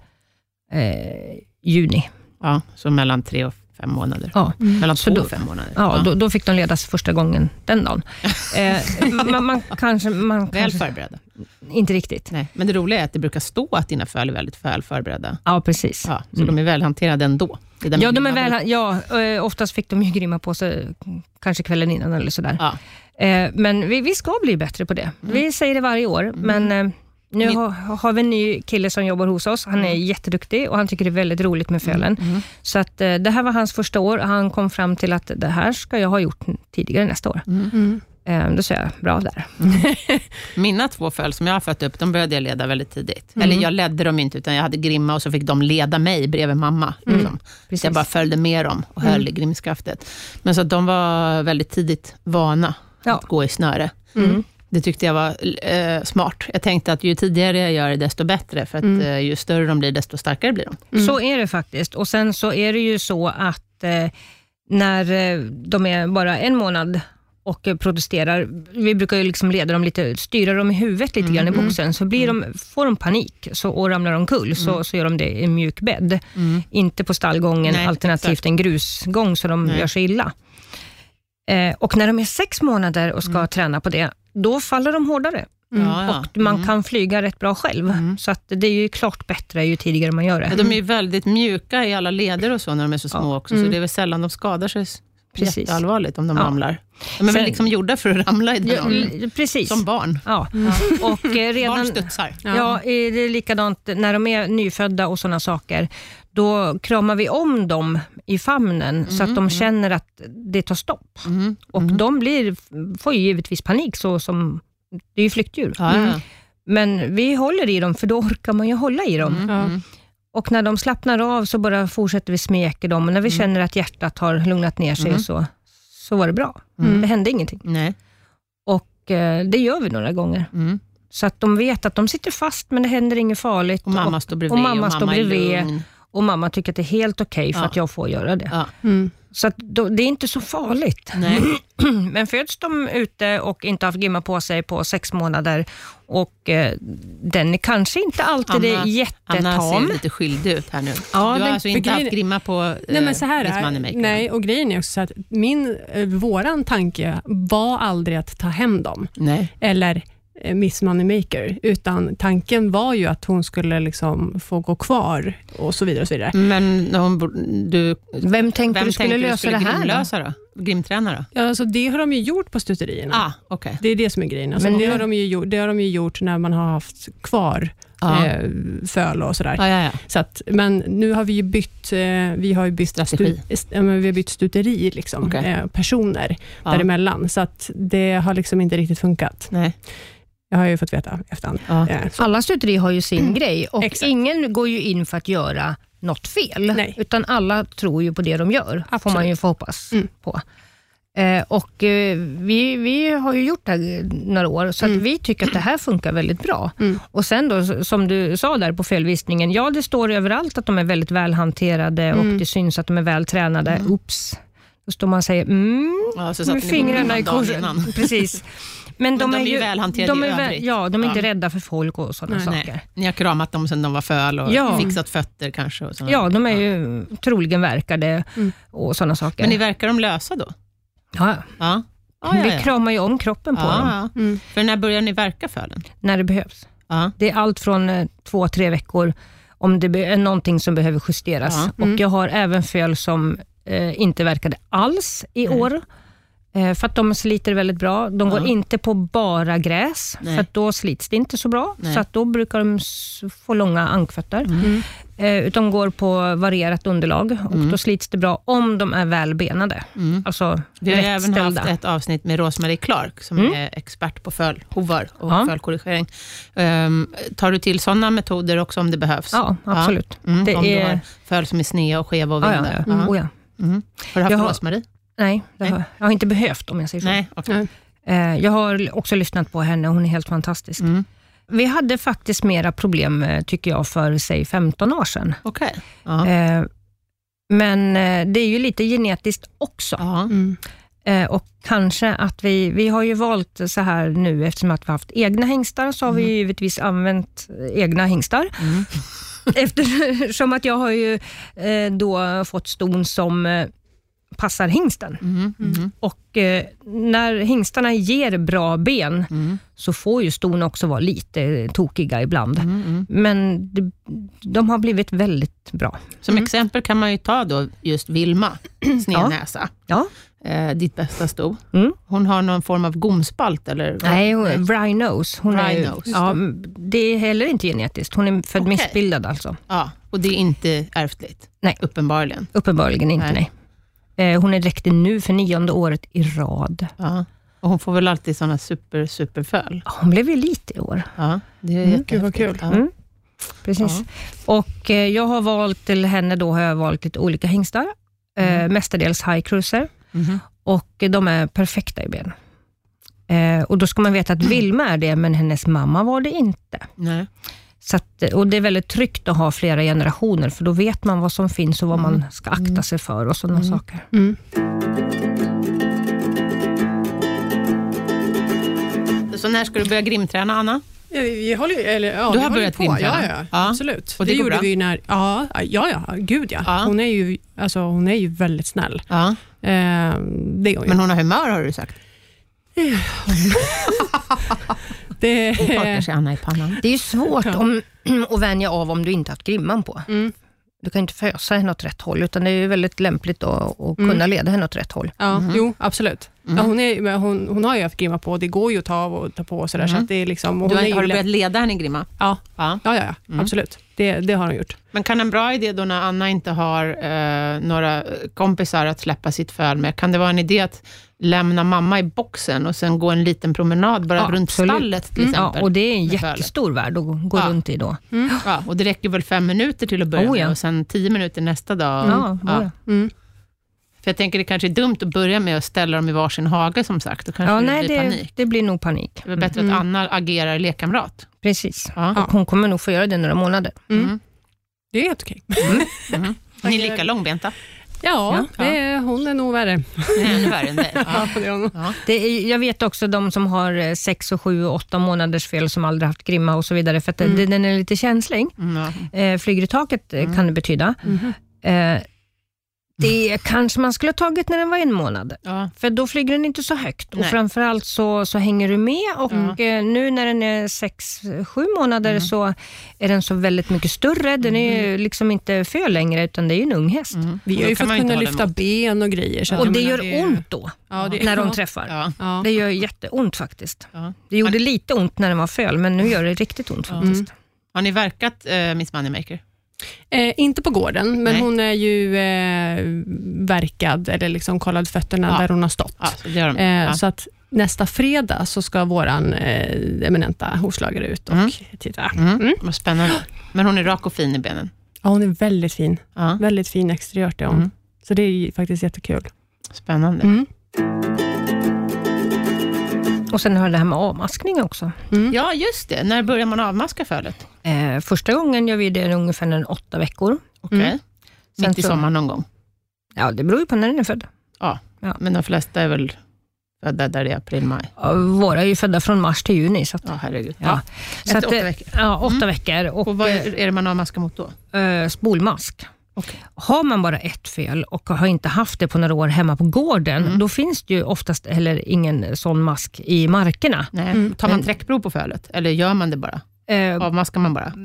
juni. Ja, så mellan 3 och 5 månader. Ja. Mellan 2 och 5 månader. Ja, då fick de ledas första gången den dagen. man kanske väl förberedda? Inte riktigt. Nej, men det roliga är att det brukar stå att dina föl är väldigt väl förberedda. Ja, precis. Ja, så de är väl hanterade ändå. Oftast fick de ju grimma på sig kanske kvällen innan eller sådär. Ja. Men vi ska bli bättre på det. Vi säger det varje år, men nu har vi en ny kille som jobbar hos oss. Han är jätteduktig och han tycker det är väldigt roligt med fölen. Så att det här var hans första år. Han kom fram till att det här ska jag ha gjort tidigare nästa år. Då säger jag, bra där. Mina 2 föl som jag har fått upp, de började jag leda väldigt tidigt. Eller jag ledde dem inte, utan jag hade grimma och så fick de leda mig bredvid mamma. Liksom. Så jag bara följde med dem och höll i grimskaftet. Men så att de var väldigt tidigt vana att gå i snöre. Det tyckte jag var smart. Jag tänkte att ju tidigare jag gör det, desto bättre. För att ju större de blir, desto starkare blir de. Så är det faktiskt. Och sen så är det ju så att när de är bara 1 månad och protesterar, vi brukar ju liksom leda dem lite, styra dem i huvudet lite grann i boxen, så får de panik och ramlar de kull, så gör de det i en mjuk bädd. Inte på stallgången, alternativt en grusgång, så de gör sig illa. Och när de är 6 månader och ska träna på det, då faller de hårdare. Och man kan flyga rätt bra själv. Så att det är ju klart bättre ju tidigare man gör det. Ja, de är ju väldigt mjuka i alla leder och så när de är så små också. Så det är väl sällan de skadar sig jätteallvarligt om de ramlar. De är väl liksom gjorda för att ramla i den precis. Som barn. Ja. Och redan, barn studsar. Ja, det är likadant när de är nyfödda och sådana saker. Då kramar vi om dem i famnen så att de känner att det tar stopp. Och de får ju givetvis panik, så som det är ju flyktdjur. Men vi håller i dem, för då orkar man ju hålla i dem. Och när de slappnar av så bara fortsätter vi smeka dem. Och när vi känner att hjärtat har lugnat ner sig så var det bra. Det hände ingenting. Nej. Och det gör vi några gånger. Så att de vet att de sitter fast, men det händer inget farligt. Och mamma står bredvid. Och mamma står bredvid. Och mamma tycker att det är helt okej för att jag får göra det. Så att det är inte så farligt. Nej. Men föds de ute och inte har haft grimma på sig på 6 månader och den är kanske inte alltid jättetam. Anna ser lite skyldig ut här nu. Du har alltså inte haft grimma på Moneymaker. Nej, och grejen är också så att våran tanke var aldrig att ta hem dem. Nej. Eller Miss Moneymaker, utan tanken var ju att hon skulle liksom få gå kvar och så vidare och så vidare. Men vem tänkte du skulle lösa det här då? Grimtränare? Ja, alltså det har de ju gjort på stuterierna. Okay. Det är det som är grejen. Alltså, men det har de ju gjort när man har haft kvar föl och sådär. Så att, men nu har vi ju bytt vi har bytt stuteri liksom, personer däremellan, så att det har liksom inte riktigt funkat. Nej. Jag har ju fått veta efterhand. Alla stuteri har ju sin grej och ingen går ju in för att göra något fel. Nej. Utan alla tror ju på det de gör. Absolut. Får man ju få hoppas på. Och vi har ju gjort det här några år, så att vi tycker att det här funkar väldigt bra. Och sen då, som du sa där på fölvisningen, ja, det står överallt att de är väldigt välhanterade och det syns att de är vältränade. Oops. Då står man och säger med fingrarna i korsen. Precis. Men de är ju välhanterade i övrigt. Ja, de är inte rädda för folk och sådana saker. Nej. Ni har kramat dem sedan de var föl och fixat fötter kanske. Och ja, de är ju troligen verkade och sådana saker. Men ni verkar de lösa då? Ja. Vi kramar ju om kroppen på dem. För när börjar ni verka fölen? När det behövs. Det är allt från 2-3 veckor om det är någonting som behöver justeras. Och jag har även föl som inte verkade alls i år. För att de sliter väldigt bra. De går inte på bara gräs. För att då slits det inte så bra. Så att då brukar de få långa ankfötter. Utan går på varierat underlag. Och då slits det bra om de är välbenade. Alltså vi har även haft ett avsnitt med Rosmarie Clark som är expert på fölhovar och fölkorrigering. Tar du till sådana metoder också om det behövs? Ja, absolut. Det om du har föl som är sneda och skeva och vinda. Har du haft Rosmarie? Nej, jag har inte behövt, om jag säger så. Nej, okay. Jag har också lyssnat på henne, hon är helt fantastisk. Vi hade faktiskt mera problem, tycker jag, för sig 15 år sedan. Okay. Men det är ju lite genetiskt också. Och kanske att vi har ju valt så här nu, eftersom att vi har haft egna hängstar, så har vi givetvis använt egna hängstar. Eftersom att jag har ju då fått ston som passar hingsten. Och när hingstarna ger bra ben så får ju ston också vara lite tokiga ibland. Men de har blivit väldigt bra. Som exempel kan man ju ta då just Vilma, snednäsa. Ditt bästa sto. Hon har någon form av gomspalt eller? Nej, Rhinos. Det är heller inte genetiskt. Hon är född missbildad alltså. Ja, och det är inte ärftligt? Nej. Uppenbarligen inte, nej. Hon är dräktig nu för 9:e året i rad. Och hon får väl alltid såna superföl. Hon blev ju lite i år. Ja, det är jättehäftigt. Kul. Precis. Och jag har valt till henne då, har jag valt lite olika hingstar. Mestadels high cruiser. Och de är perfekta i ben. Och då ska man veta att Vilma är det, men hennes mamma var det inte. Nej. Så att, och det är väldigt tryggt att ha flera generationer, för då vet man vad som finns och vad man ska akta sig för och sådana saker. Så när ska du börja grimträna, Anna? Vi håller, du har börjat grimträna? Ja, absolut. Och det gjorde vi när gud ja. Hon är ju väldigt snäll. Det men hon har humör, har du sagt? Det är ju svårt att vänja av om du inte har grimman på. Du kan inte fösa henne åt rätt håll, utan det är ju väldigt lämpligt att kunna leda henne åt rätt håll. Jo, absolut. Ja, hon har ju haft grimma på, det går ju att ta och ta på och sådär, så att det är liksom... Har du börjat leda henne i grimma? Ja, absolut. Det har hon gjort. Men kan en bra idé då, när Anna inte har några kompisar att släppa sitt föl med, kan det vara en idé att lämna mamma i boxen och sen gå en liten promenad bara runt stallet till exempel? Ja, och det är en jättestor värld att gå runt i då. Ja, och det räcker väl 5 minuter till att börja med, och sen 10 minuter nästa dag. För jag tänker det kanske är dumt att börja med att ställa dem i varsin hage, som sagt. Då kanske det blir panik. Det blir nog panik. Det är bättre att Anna agerar lekkamrat. Precis. Och hon kommer nog få göra det några månader. Det är helt okej. Ni är lika långbenta. Ja, hon är nog värre. Ännu värre än dig. Jag vet också de som har 6, 7 och 8 månaders fel som aldrig haft grimma och så vidare, för att den är lite känslig. Flyger i taket kan det betyda. Det kanske man skulle ha tagit när den var 1 månad. För då flyger den inte så högt. Och framförallt så hänger du med. Och nu när den är 6-7 månader så är den så väldigt mycket större. Den är liksom inte för längre, utan det är ju en ung häst. Vi har ju fått kunna lyfta ben och grejer. Så och det gör ont då när de träffar. Det gör jätteont faktiskt. Det gjorde lite ont när den var föl, men nu gör det riktigt ont faktiskt. Har ni verkat Miss Moneymaker? Inte på gården, men hon är ju verkad eller liksom kollad fötterna där hon har stått. Så att nästa fredag så ska våran eminenta hovslagare ut och titta. Vad spännande. Men hon är rak och fin i benen? Ja, hon är väldigt fin. Väldigt fin exteriört är hon. Så det är faktiskt jättekul. Spännande. Och sen har det här med avmaskning också. Ja, just det. När börjar man avmaska fölet? Första gången gör vi det ungefär 8 veckor. Okej. Mitt i sommaren någon gång? Ja, det beror ju på när den är född. Ja, men de flesta är väl födda där i april-maj? Ja, våra är ju födda från mars till juni. Så att, herregud. Ja. Så Efter 8 veckor? Ja, 8 veckor. Och vad är det man avmaskar mot då? Spolmask. Okay. Har man bara ett fel och har inte haft det på några år hemma på gården, då finns det ju oftast heller ingen sån mask i markerna. Nej. Tar man träckprov på fölet? Eller gör man det bara? Avmaskar man bara?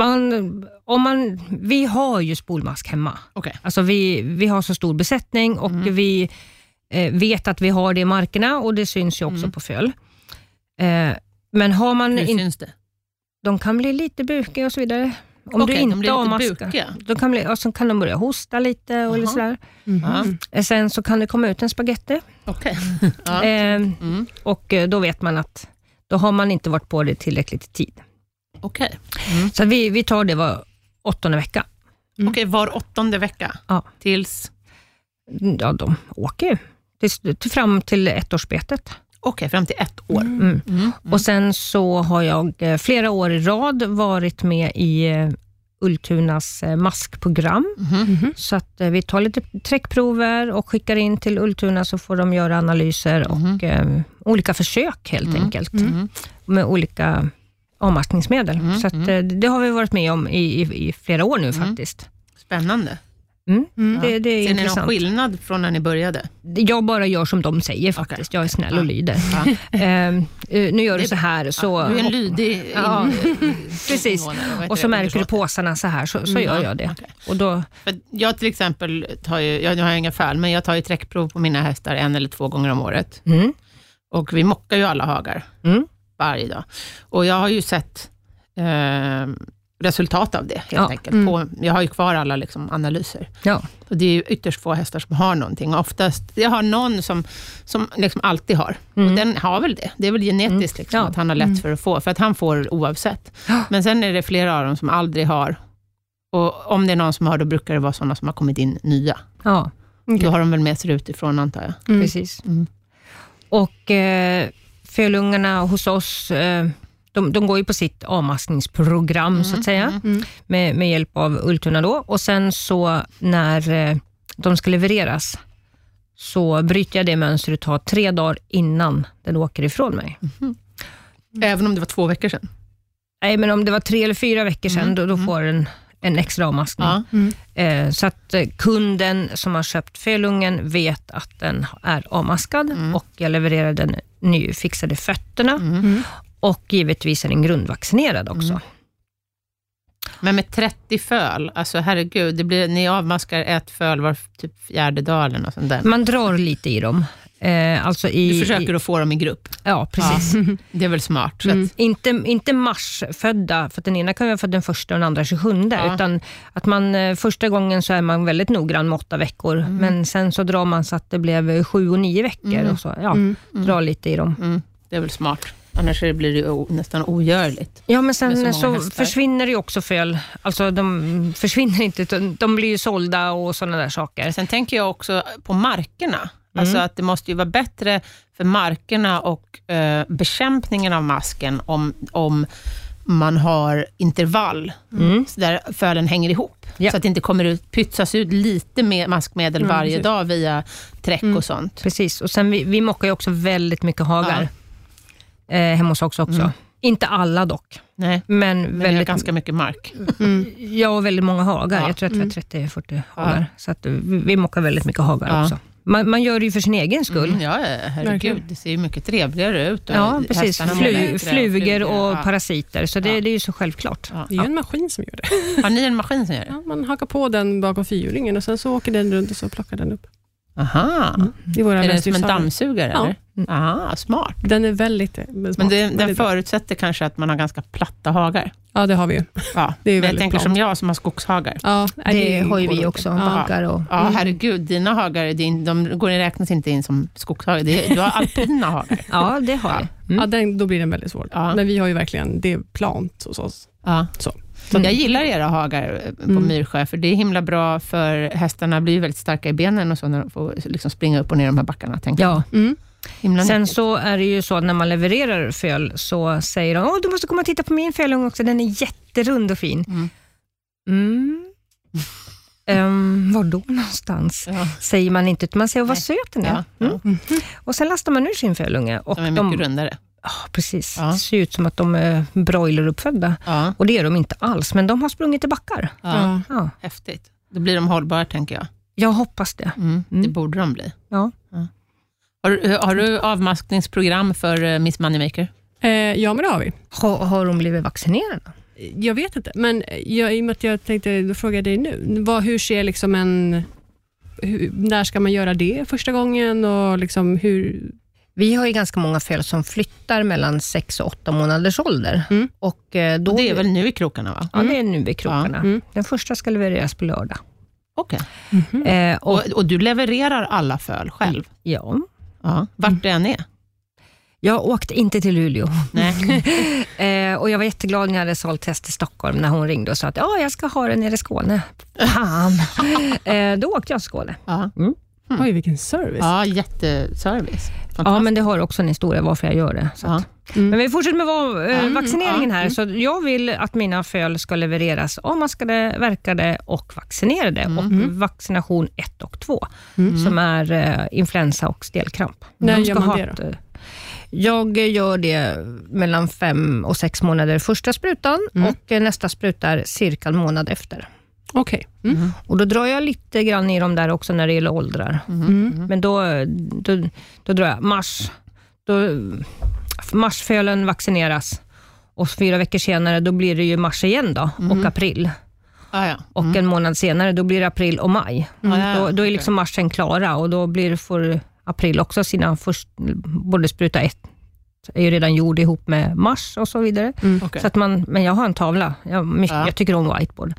Vi har ju spolmask hemma. Okay. Alltså vi har så stor besättning och vi vet att vi har det i markerna och det syns ju också på föl. Men har man hur syns det? De kan bli lite bukiga och så vidare. Om du inte avmaskar, så kan de börja hosta lite och sådär. Sen så kan det komma ut en spaghetti. Okay. Och då vet man att då har man inte varit på det tillräckligt i tid. Okay. Så vi tar det var 8:e vecka. Okej, var 8:e vecka? Ja. Tills? Ja, de åker ju fram till 1-årsbetet. Okej, fram till 1 år. Och sen så har jag flera år i rad varit med i Ultunas maskprogram. Så att vi tar lite träckprover och skickar in till Ultuna, så får de göra analyser och olika försök helt enkelt. Med olika avmaskningsmedel. Så att det har vi varit med om i flera år nu faktiskt. Spännande. Det är ser intressant. Ni någon skillnad från när ni började? Jag bara gör som de säger faktiskt. Okay. Jag är snäll och lyder. Nu gör du så här. Så, du är en lydig. Precis. Och så märker du påsarna så här. Så gör jag det. Okay. Och då... Jag till exempel jag har inga fall, men jag tar ju träckprov på mina hästar 1 eller 2 gånger om året. Och vi mockar ju alla hagar varje dag. Och jag har ju sett resultat av det helt enkelt. Jag har ju kvar alla liksom analyser. Ja. Och det är ju ytterst få hästar som har någonting. Oftast, jag har någon som liksom alltid har. Och den har väl det. Det är väl genetiskt liksom, att han har lätt för att få. För att han får oavsett. Men sen är det flera av dem som aldrig har. Och om det är någon som har, då brukar det vara sådana som har kommit in nya. Ja. Okay. Då har de väl med sig utifrån, antar jag. Precis. Och fölungarna hos oss... De går ju på sitt avmaskningsprogram så att säga, med hjälp av Ultuna då. Och sen så när de ska levereras så bryter jag det mönstret och tar 3 dagar innan den åker ifrån mig. Även om det var 2 veckor sedan? Nej, men om det var 3 eller 4 veckor sedan då får den en extra avmaskning. Så att kunden som har köpt fölungen vet att den är avmaskad och jag levererar den nyfixade fötterna. Och givetvis är den grundvaccinerad också. Men med 30 föl, alltså herregud, ni avmaskar ett föl var typ 4:e dag eller något sånt där. Man drar lite i dem. Alltså du försöker att få dem i grupp? Ja, precis. Ja, det är väl smart. Så att... Inte marsfödda, för att den ena kan vara född den 1:a och den andra 27:e. Utan att man första gången så är man väldigt noggrann med 8 veckor. Men sen så drar man så att det blev 7 och 9 veckor. Och så, drar lite i dem. Det är väl smart. Annars blir det nästan ogörligt. Ja, men sen så försvinner det ju också föl. Alltså de försvinner inte, de blir ju sålda och sådana där saker. Sen tänker jag också på markerna. Alltså att det måste ju vara bättre för markerna och bekämpningen av masken om man har intervall så där fölen hänger ihop. Så att det inte kommer pytsas ut lite med maskmedel varje dag via träck och sånt. Precis, och sen vi mockar ju också väldigt mycket hagar. Hemma hos också. Inte alla dock. Nej, men väldigt ganska mycket mark. Ja, och väldigt många hagar. Jag tror att vi har 30-40 hagar. Så att vi mockar väldigt mycket hagar också. Man gör det ju för sin egen skull. Ja, herregud. Det ser ju mycket trevligare ut. Ja, precis. Flugor och parasiter. Så det är ju så självklart. Det är ju en maskin som gör det. Har ni en maskin som gör det? Ja, man hakar på den bakom fyrhjulingen och sen så åker den runt och så plockar den upp. Aha. Är det som en dammsugare? Ja. Eller? Aha, smart. Den är väldigt smart. Men den förutsätter kanske att man har ganska platta hagar. Ja, det har vi ju. Ja. Det är jag tänker plant. Som jag som har skogshagar. Ja, det har ju vi också. Baggar och... Ja, herregud. Dina hagar, de räknas inte in som skogshagar. Du har alpina hagar. Ja, det har jag. Ja, då blir den väldigt svår. Ja. Men vi har ju verkligen, det är plant hos oss. Ja. Så. Jag gillar era hagar på Myrsjö, för det är himla bra för hästarna blir ju väldigt starka i benen och så när de får liksom springa upp och ner de här backarna, tänker jag. Sen så är det ju så att när man levererar föl så säger de, du måste komma och titta på min fölung också, den är jätterund och fin. Var då någonstans? Säger man inte, man säger vad söt den är. Och sen lastar man ur sin fölunge. Och de är mycket rundare. Ja, precis. Det ser ut som att de är broileruppfödda. Och det är de inte alls, men de har sprungit i backar. Häftigt. Då blir de hållbara, tänker jag. Jag hoppas det. Det borde de bli. Har du avmaskningsprogram för Miss Moneymaker? Ja, men det har vi. Har de blivit vaccinerade? Jag vet inte, men i och med att jag tänkte, då frågar jag dig nu. Hur ser liksom när ska man göra det första gången och liksom hur... Vi har ju ganska många föl som flyttar mellan 6 och 8 månaders ålder. Och då, det är väl nu i krokarna, va? Ja, det är nu i krokarna. Den första ska levereras på lördag. Okej. Och du levererar alla föl själv? Ja. Vart det än är? Jag åkte inte till Luleå. Nej. Och jag var jätteglad när jag hade sålt häst i Stockholm när hon ringde och sa att jag ska ha den nere i Skåne. Fan. Då åkte jag till Skåne. Oj, vilken service. Ja, jätteservice. Ja, men det har också en historia varför jag gör det. Så att. Men vi fortsätter med vaccineringen här. Så jag vill att mina föl ska levereras avmaskade, verkade och vaccinerade. Och vaccination 1 och 2. Som är influensa och stelkramp. När gör man det då? Jag gör det mellan 5 och 6 månader första sprutan. Och nästa spruta är cirka en månad efter. Okej. Och då drar jag lite grann i dem där också när det gäller åldrar. Men då drar jag mars. Marsfölen vaccineras. Och 4 veckor senare då blir det ju mars igen då. Och april. Och en månad senare då blir det april och maj. Då är liksom marsen klara. Och då får april också sina både spruta 1 är ju redan gjord ihop med mars och så vidare. Så att men jag har en tavla. Jag tycker om whiteboard.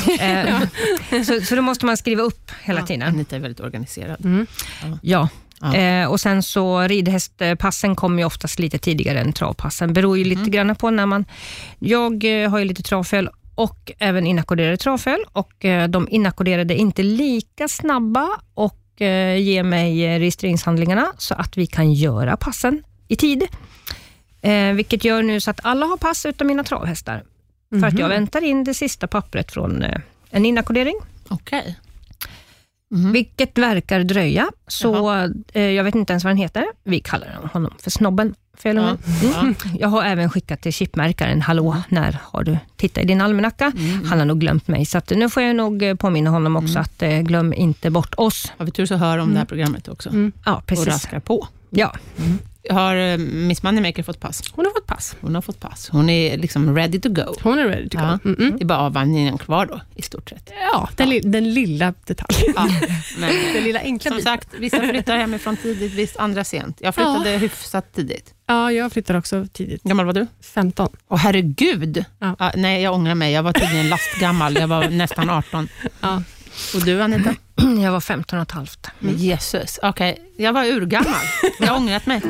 Så då måste man skriva upp hela tiden. Anita är väldigt organiserad. Och sen så ridhästpassen kommer ju oftast lite tidigare än travpassen. Beror ju lite grann på när man... Jag har ju lite travföl och även inackorderade travföl. Och de inackorderade är inte lika snabba och ger mig registreringshandlingarna så att vi kan göra passen i tid. Vilket gör nu så att alla har pass utan mina travhästar. För att jag väntar in det sista pappret från en inackordering. Okej. Vilket verkar dröja. Så jag vet inte ens vad den heter. Vi kallar honom för Snobben. Jag har även skickat till chipmärkaren. Hallå, när har du tittat i din almanacka? Han har nog glömt mig. Så att nu får jag nog påminna honom också att glöm inte bort oss. Har vi tur så hör om det här programmet också. Ja, precis. Och raskar på. Ja. Har Miss Moneymaker fått pass? Hon har fått pass. Hon är liksom ready to go. Hon är ready to go. Det är bara avvandringen kvar då, i stort sett. Ja, den lilla detaljen. Men den lilla enkla som biten. sagt, vissa flyttar hemifrån tidigt, visst andra sent. Jag flyttade hyfsat tidigt. Ja, jag flyttade också tidigt. Gammal var du? 15. Åh, herregud! Nej, jag ångrar mig. Jag var tydligen lastgammal. Jag var nästan 18. Och du, Anita? Jag var 15,5. Jesus, okej. Jag var urgammal. Jag har ångrat mig.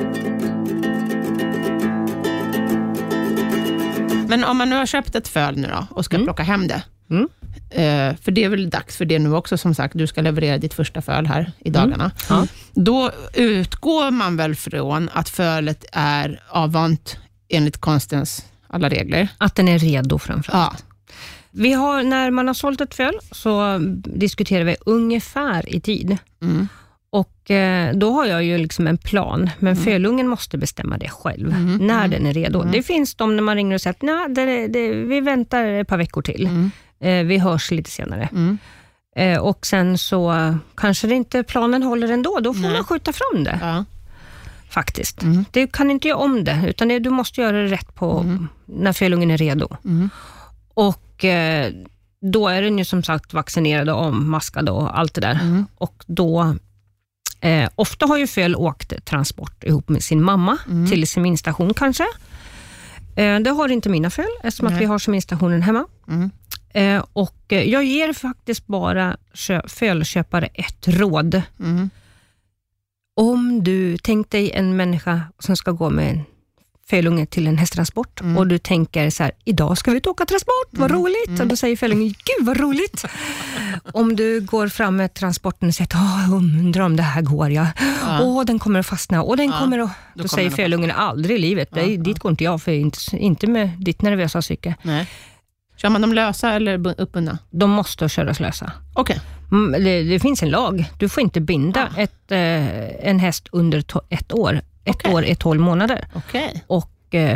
Men om man nu har köpt ett föl nu då och ska plocka hem det. För det är väl dags för det nu också, som sagt. Du ska leverera ditt första föl här i dagarna. Då utgår man väl från att fölet är avvant enligt konstens alla regler. Att den är redo framförallt. Vi har, när man har sålt ett föl så diskuterar vi ungefär i tid. Och då har jag ju liksom en plan. Men fölungen måste bestämma det själv. När den är redo. Det finns de när man ringer och säger att vi väntar ett par veckor till. Vi hörs lite senare. Och sen så kanske det inte planen håller ändå. Då får man skjuta fram det. Faktiskt. Det kan inte göra om det. Utan du måste göra det rätt på när fölungen är redo. Och då är den ju som sagt vaccinerad och ommaskad och allt det där. Och då ofta har ju föl åkt transport ihop med sin mamma till seminstation kanske. Det har inte mina föl eftersom att vi har seminstationen hemma. Och jag ger faktiskt bara fölköpare ett råd. Om du tänkt dig en människa som ska gå med en fölunge till en hästtransport och du tänker så här, idag ska vi ut och åka transport, vad roligt. Och då säger fölungen, gud vad roligt. Om du går fram med transporten och säger, jag undrar om det här går jag. Den kommer att fastna och den kommer att... Då säger fölungen, aldrig i livet, dit går inte jag, för inte med ditt nervösa psyke. Nej. Kör man dem lösa eller uppbundna? De måste köras lösa. Okej. Det finns en lag. Du får inte binda en häst under 1 år. Ett år är 12 månader. Och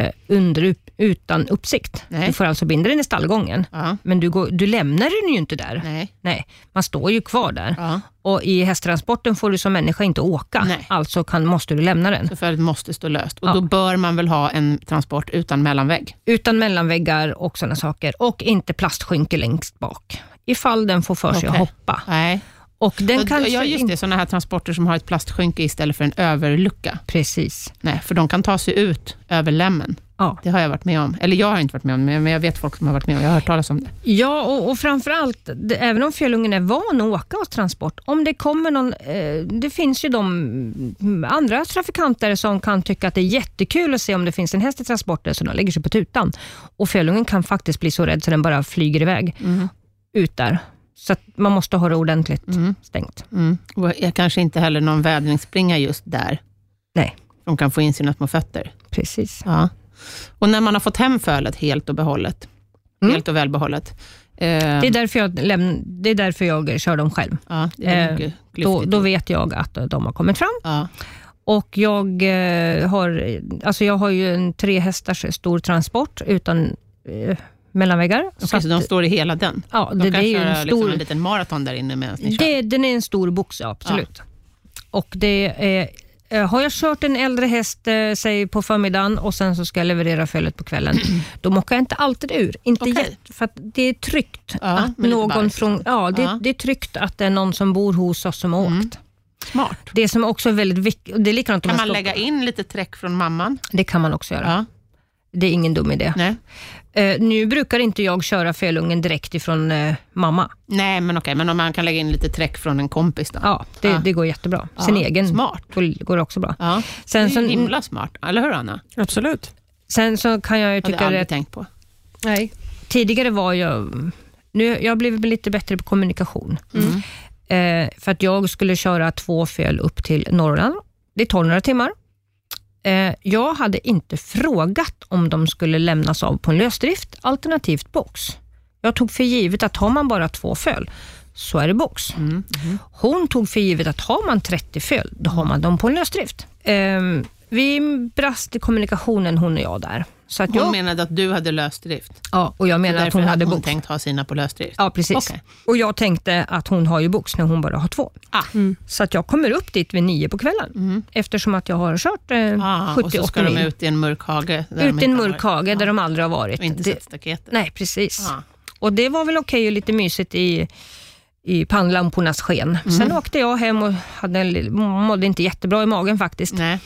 utan uppsikt. Nej. Du får alltså binda den i stallgången. Men du lämnar den ju inte där. Nej. Man står ju kvar där. Och i hästtransporten får du som människa inte åka. Nej. Alltså måste du lämna den. Så följet måste stå löst. Och då bör man väl ha en transport utan mellanvägg? Utan mellanväggar och sådana saker. Och inte plastskynke längst bak. Ifall den får för sig att hoppa. Nej. Och den just det, sådana här transporter som har ett plastskynke istället för en överlucka. Precis. Nej, för de kan ta sig ut över lämmen. Ja. Det har jag varit med om. Eller jag har inte varit med om det, men jag vet folk som har varit med om. Jag har hört talas om det. Ja, och framförallt, även om fjällungen är van att åka åt transport, om det kommer någon... det finns ju de andra trafikanter som kan tycka att det är jättekul att se om det finns en häst i transporten, så de lägger sig på tutan. Och fjällungen kan faktiskt bli så rädd så den bara flyger iväg ut där. Så att man måste ha det ordentligt stängt. Och jag kanske inte heller någon vädringsspringa just där. Nej. De kan få in sina små fötter. Precis. Ja. Och när man har fått hem fölet helt och behållet, helt och välbehållet. Det är därför jag kör dem själv. Ja, det är då vet jag att de har kommit fram. Ja. Och jag har ju en 3 hästars stor transport utan... mellanväggar. Så de står i hela den? Ja, de det är ju en stor... en liten maraton där inne medan ni kör. Den är en stor box, absolut. Ja. Och det är... Har jag kört en äldre häst, säg på förmiddagen, och sen så ska jag leverera följet på kvällen, då mockar jag inte alltid ur. För att det är tryggt att någon från... Ja, det är tryggt att det är någon som bor hos oss som har åkt. Smart. Det som också är väldigt viktigt... Det är likadant kan man lägga in lite träck från mamman? Det kan man också göra. Ja. Det är ingen dum idé. Nej. Nu brukar inte jag köra fölungen direkt ifrån mamma. Nej, men okej. Men om man kan lägga in lite träck från en kompis då? Ja, det går jättebra. Sin egen smart. Går också bra. Ja. Det är himla smart. Eller hur, Anna? Absolut. Sen så kan jag ju tycka... Det har jag aldrig tänkt på. Nej. Tidigare var jag... Jag har blivit lite bättre på kommunikation. För att jag skulle köra 2 föl upp till Norrland. Det tar några timmar. Jag hade inte frågat om de skulle lämnas av på en lösdrift, alternativt box. Jag tog för givet att har man bara 2 föl så är det box. Hon tog för givet att har man 30 föl, då har man dem på en lösdrift. Vi brast i kommunikationen, hon och jag där. Så att hon menade att du hade lösdrift? Ja, och jag menade att hon hade box. Tänkt ha sina på lösdrift? Ja, preprecis. Okay. Och jag tänkte att hon har ju box när hon bara har 2. Så att jag kommer upp dit vid 9 på kvällen. Eftersom att jag har kört 70-80 och så ska de ut i en mörk hage? Ut i en mörk hage där de aldrig har varit. Och inte sett staketet? Nej, precis. Och det var väl okej och lite mysigt i pannlampornas sken. Sen åkte jag hem och mådde inte jättebra i magen faktiskt. Nej.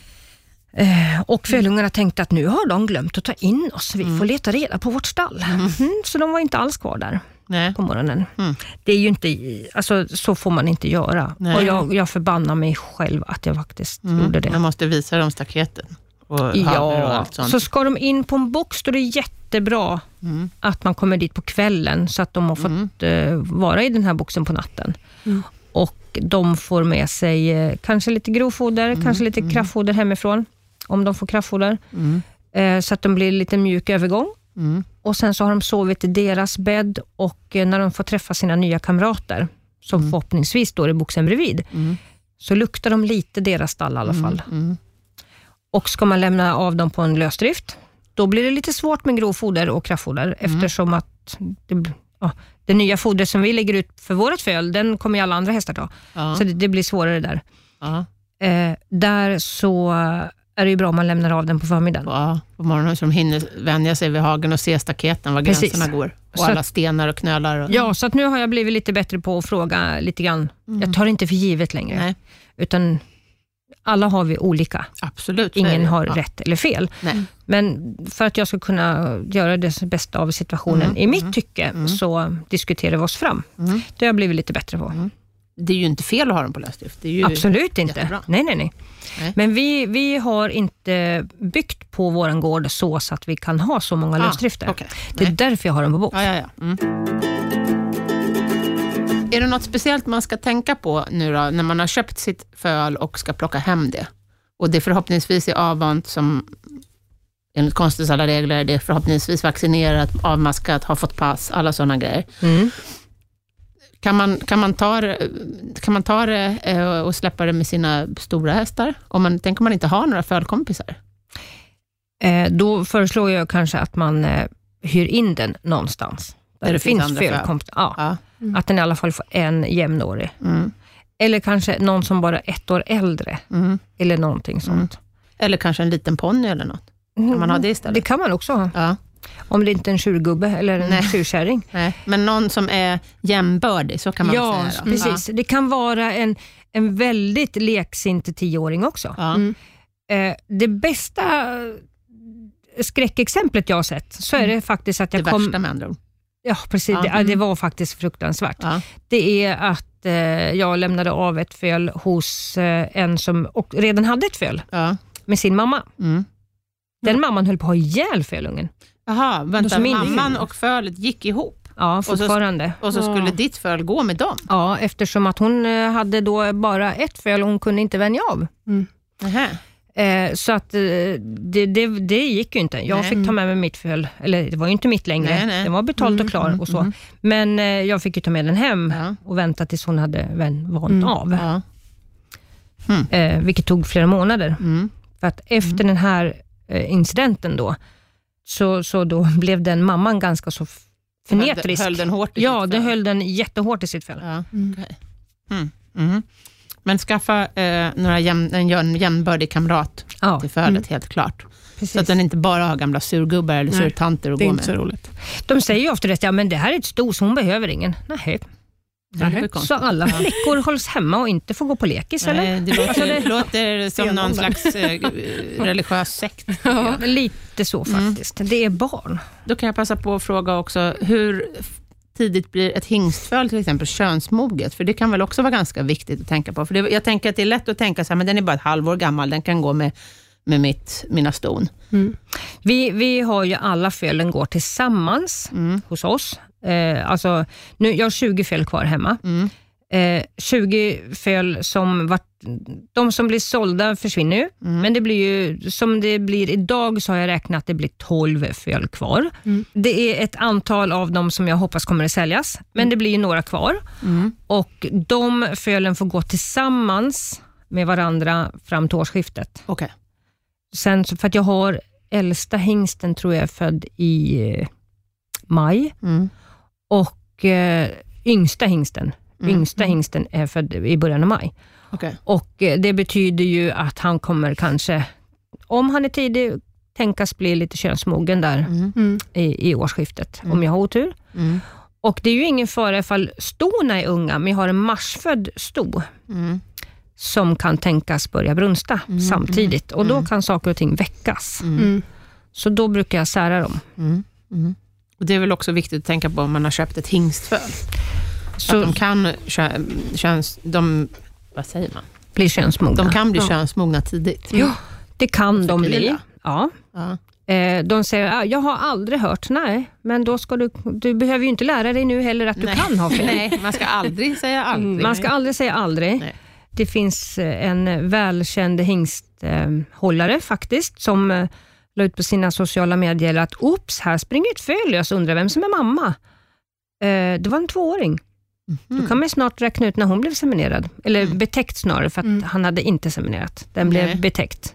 Och fölungarna tänkte att nu har de glömt att ta in oss. Vi får leta reda på vårt stall. Så de var inte alls kvar där på morgonen. Det är ju inte, alltså så får man inte göra. Nej. Och jag förbannar mig själv att jag faktiskt gjorde det. Man måste visa dem staketen. Och allt sånt. Så ska de in på en box, då är det jättebra att man kommer dit på kvällen så att de har fått vara i den här boxen på natten. Och de får med sig kanske lite grovfoder, kanske lite kraftfoder hemifrån, om de får kraftfoder. Så att de blir lite mjuk övergång. Och sen så har de sovit i deras bädd, och när de får träffa sina nya kamrater, som förhoppningsvis står i boxen bredvid, så luktar de lite deras stall i alla fall. Och ska man lämna av dem på en lösdrift, då blir det lite svårt med grovfoder och kraftfoder, eftersom att det nya fodret som vi lägger ut för vårat föl, den kommer ju alla andra hästar ta. Så det blir svårare där. Där så är det ju bra om man lämnar av den på förmiddagen. På morgonen, så de hinner vänja sig vid hagen och se staketen, var gränserna går. Och så alla stenar och knölar. Ja, så att nu har jag blivit lite bättre på att fråga lite grann. Jag tar inte för givet längre. Nej. Utan alla har vi olika. Absolut. Ingen har rätt eller fel. Nej. Men för att jag ska kunna göra det bästa av situationen i mitt tycke, så diskuterar vi oss fram. Det har jag blivit lite bättre på. det är ju inte fel att ha dem på lösdrift. Det är ju absolut inte. Jättebra. Nej. Men vi har inte byggt på våran gård så att vi kan ha så många lösdrifter. Okay. Det är därför jag har dem på box. Ja. Är det något speciellt man ska tänka på nu då, när man har köpt sitt föl och ska plocka hem det? Och det förhoppningsvis är avvant som enligt konstens alla regler, det är förhoppningsvis vaccinerat, avmaskat, har fått pass, alla sådana grejer. Kan man ta det och släppa det med sina stora hästar? Tänker man inte ha några fölkompisar? Då föreslår jag kanske att man hyr in den någonstans. Där det finns fölkompisar. Ja. Att den i alla fall får en jämnårig. Eller kanske någon som bara är 1 år äldre. Eller någonting sånt. Eller kanske en liten ponny eller något. Kan man ha det istället? Det kan man också ha. Ja. Om det inte är en tjurgubbe eller en tjurkärring. Nej, men någon som är jämbördig, så kan man säga. Ja, precis. Det kan vara en väldigt leksint 10-åring också. Ja. Det bästa skräckexemplet jag har sett, så är det faktiskt att jag det värsta med andra ord. Ja, precis. Det var faktiskt fruktansvärt. Ja. Det är att jag lämnade av ett föl hos en som redan hade ett föl med sin mamma. Den mamman höll på att ha ihjäl fölungen. Jaha, vänta, mamman och fölet gick ihop? Ja, fortfarande. Och så skulle ditt föl gå med dem? Ja, eftersom att hon hade då bara ett föl och hon kunde inte vänja av. Så att det gick ju inte. Jag fick ta med mig mitt föl, eller det var ju inte mitt längre. Nej. Det var betalt och klar och så. Men jag fick ju ta med den hem och vänta tills hon hade vant av. Vilket tog flera månader. För att efter den här incidenten då, så då blev den mamman ganska så förnetrisk. Höll den hårt i sitt föl? Det höll den jättehårt i sitt föl. Ja, okay. Men skaffa en jämnbördig kamrat till fölet, helt klart. Precis. Så att den inte bara har gamla surgubbar eller surtanter att gå med. Det är inte så roligt. De säger ju ofta att men det här är ett sto, så hon behöver ingen. Nej. Så alla flickor hålls hemma och inte får gå på lekis, eller? Det låter som någon slags religiös sekt. Ja, lite så faktiskt. Det är barn. Då kan jag passa på att fråga också, hur tidigt blir ett hingstföl till exempel könsmoget? För det kan väl också vara ganska viktigt att tänka på. För jag tänker att det är lätt att tänka så här, men den är bara ett halvår gammal, den kan gå med mina ston. Vi har ju alla fölen går tillsammans hos oss. Alltså, nu, jag har 20 föl kvar hemma. 20 föl de som blir sålda försvinner ju. Men det blir ju, som det blir idag, så har jag räknat att det blir 12 föl kvar. Det är ett antal av dem som jag hoppas kommer att säljas. Men det blir ju några kvar. Och de fölen får gå tillsammans med varandra fram till årsskiftet. Okay. Sen, för att jag har äldsta hingsten, tror jag, född i maj. Och yngsta hingsten är född i början av maj. Okay. Och det betyder ju att han kommer kanske, om han är tidig, tänkas bli lite könsmogen där i årsskiftet, om jag har otur. Och det är ju ingen fara ifall stona är unga, men jag har en marsfödd sto som kan tänkas börja brunsta samtidigt. Och då kan saker och ting väckas. Så då brukar jag sära dem. Och det är väl också viktigt att tänka på om man har köpt ett hingstföl. Så att de kan vad säger man? Bli könsmogna. De kan bli könsmogna tidigt. Ja, det kan de bli. Ja. De säger, jag har aldrig hört. Nej, men då ska du behöver ju inte lära dig nu heller att du kan ha fel. Nej, man ska aldrig säga aldrig. Man ska aldrig säga aldrig. Nej. Det finns en välkänd hingsthållare faktiskt som la ut på sina sociala medier att här springer ett föl. Jag undrar vem som är mamma. Det var en 2-åring. Då kan man snart räkna ut när hon blev seminerad. Eller betäckt snarare, för att han hade inte seminerat. Den blev betäckt.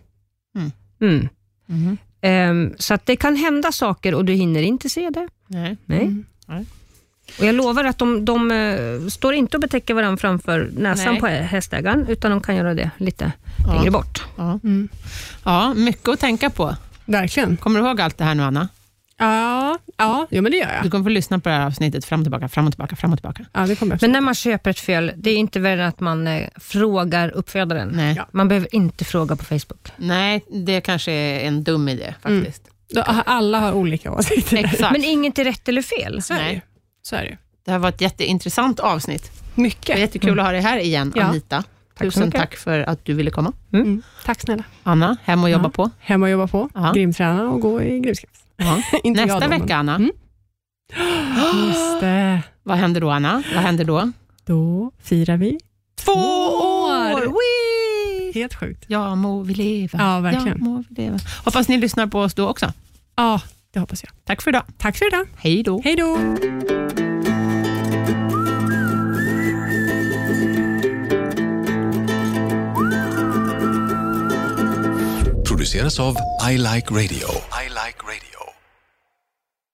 Så att det kan hända saker och du hinner inte se det. Nej. Och jag lovar att de står inte och betäcker varandra framför näsan på hästägaren, utan de kan göra det lite längre bort. Ja, mycket att tänka på. Verkligen. Kommer du ihåg allt det här nu, Anna? Ja, men det gör jag. Du kommer få lyssna på det här avsnittet fram och tillbaka. Ja, det kommer. Men när man köper ett föl, det är inte värre att man frågar uppfödaren. Nej. Man behöver inte fråga på Facebook. Nej, det kanske är en dum idé faktiskt. Alla har olika åsikter. Exakt. Men inget är rätt eller fel. Så är det. Det har varit ett jätteintressant avsnitt. Mycket. Det är jättekul att ha dig här igen, Anita. Tusen tack för att du ville komma. Tack snälla. Anna, hem och jobba på. Hem och jobba på. Grimträna och gå i grimskaps. Nästa vecka, Anna. Just det. Vad händer då, Anna? Vad händer då? Då firar vi 2 år! Helt sjukt. Ja, må vi leva. Ja, verkligen. Ja, må vi leva. Hoppas ni lyssnar på oss då också. Ja, det hoppas jag. Tack för idag. Tack för idag. Hej då. Hej då. Produceras av I Like Radio.